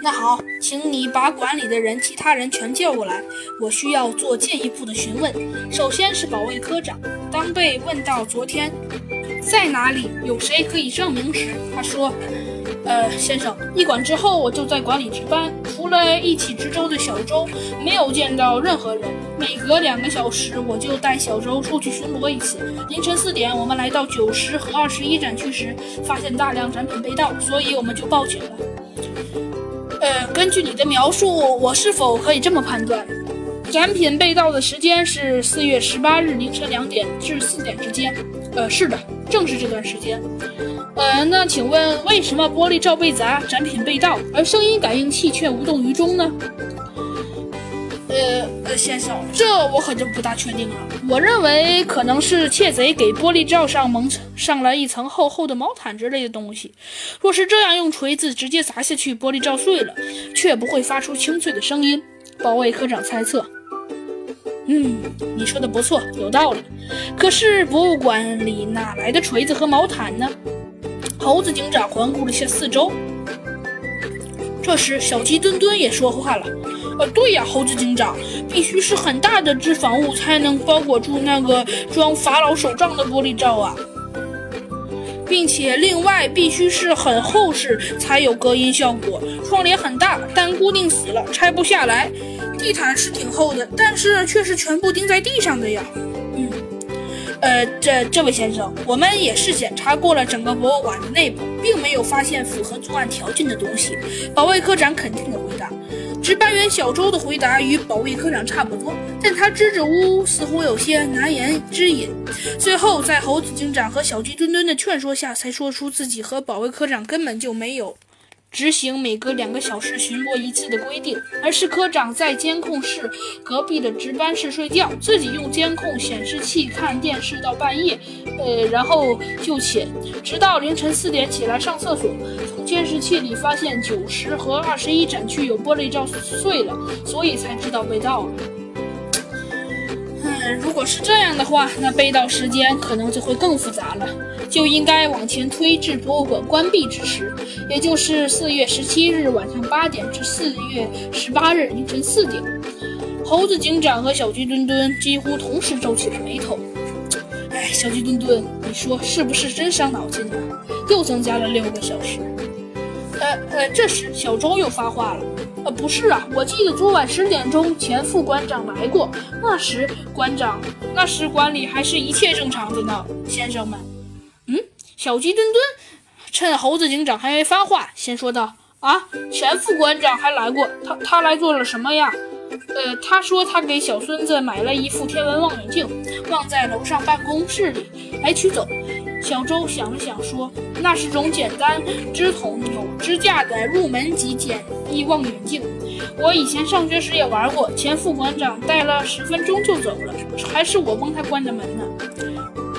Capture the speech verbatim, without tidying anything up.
那好，请你把馆里的人其他人全叫过来，我需要做进一步的询问。首先是保卫科长，当被问到昨天在哪里，有谁可以证明时，他说呃，先生，一馆之后我就在馆里值班，除了一起值周的小周，没有见到任何人。每隔两个小时我就带小周出去巡逻一次。凌晨四点，我们来到九十和二十一展区时，发现大量展品被盗，所以我们就报警了。呃，根据你的描述，我是否可以这么判断？展品被盗的时间是四月十八日凌晨两点至四点之间。呃，是的，正是这段时间。呃，那请问为什么玻璃罩被砸，展品被盗，而声音感应器却无动于衷呢？呃呃，先生，这我可就不大确定了。我认为可能是窃贼给玻璃罩上蒙上了一层厚厚的毛毯之类的东西。若是这样，用锤子直接砸下去，玻璃罩碎了，却不会发出清脆的声音。保卫科长猜测。嗯，你说的不错，有道理。可是博物馆里哪来的锤子和毛毯呢？猴子警长环顾了下四周。这时，小鸡墩墩也说话了。呃，对呀，猴子警长，必须是很大的脂肪物才能包裹住那个装法老手杖的玻璃罩啊，并且另外必须是很厚实才有隔音效果。窗帘很大，但固定死了，拆不下来。地毯是挺厚的，但是却是全部钉在地上的呀。嗯，呃，这这位先生，我们也是检查过了整个博物馆的内部，并没有发现符合作案条件的东西。保卫科长肯定地回答。值班员小周的回答与保卫科长差不多，但他支支吾吾，似乎有些难言之隐。最后，在猴子警长和小鸡墩墩的劝说下，才说出自己和保卫科长根本就没有执行每隔两个小时巡逻一次的规定，而是科长在监控室隔壁的值班室睡觉，自己用监控显示器看电视到半夜，呃，然后就寝，直到凌晨四点起来上厕所。从监视器里发现九十和二十一展区有玻璃罩碎了，所以才知道被盗了。嗯，如果是这样的话，那被盗时间可能就会更复杂了，就应该往前推至博物馆关闭之时，也就是四月十七日晚上八点至四月十八日凌晨四点。猴子警长和小鸡墩墩几乎同时皱起了眉头。哎，小鸡墩墩，你说是不是真伤脑筋呢？又增加了六个小时。呃呃，这时小周又发话了。呃，不是啊，我记得昨晚十点钟前副馆长来过，那时馆长，那时馆里还是一切正常的呢，先生们。嗯，小鸡墩墩趁猴子警长还没发话，先说道：“啊，前副馆长还来过，他他来做了什么呀？”呃，他说他给小孙子买了一副天文望远镜，忘在楼上办公室里，来取走。小周想了想说，那是种简单支筒有支架的入门级简易望远镜，我以前上学时也玩过，前副馆长戴了十分钟就走了，还是我帮他关的门呢。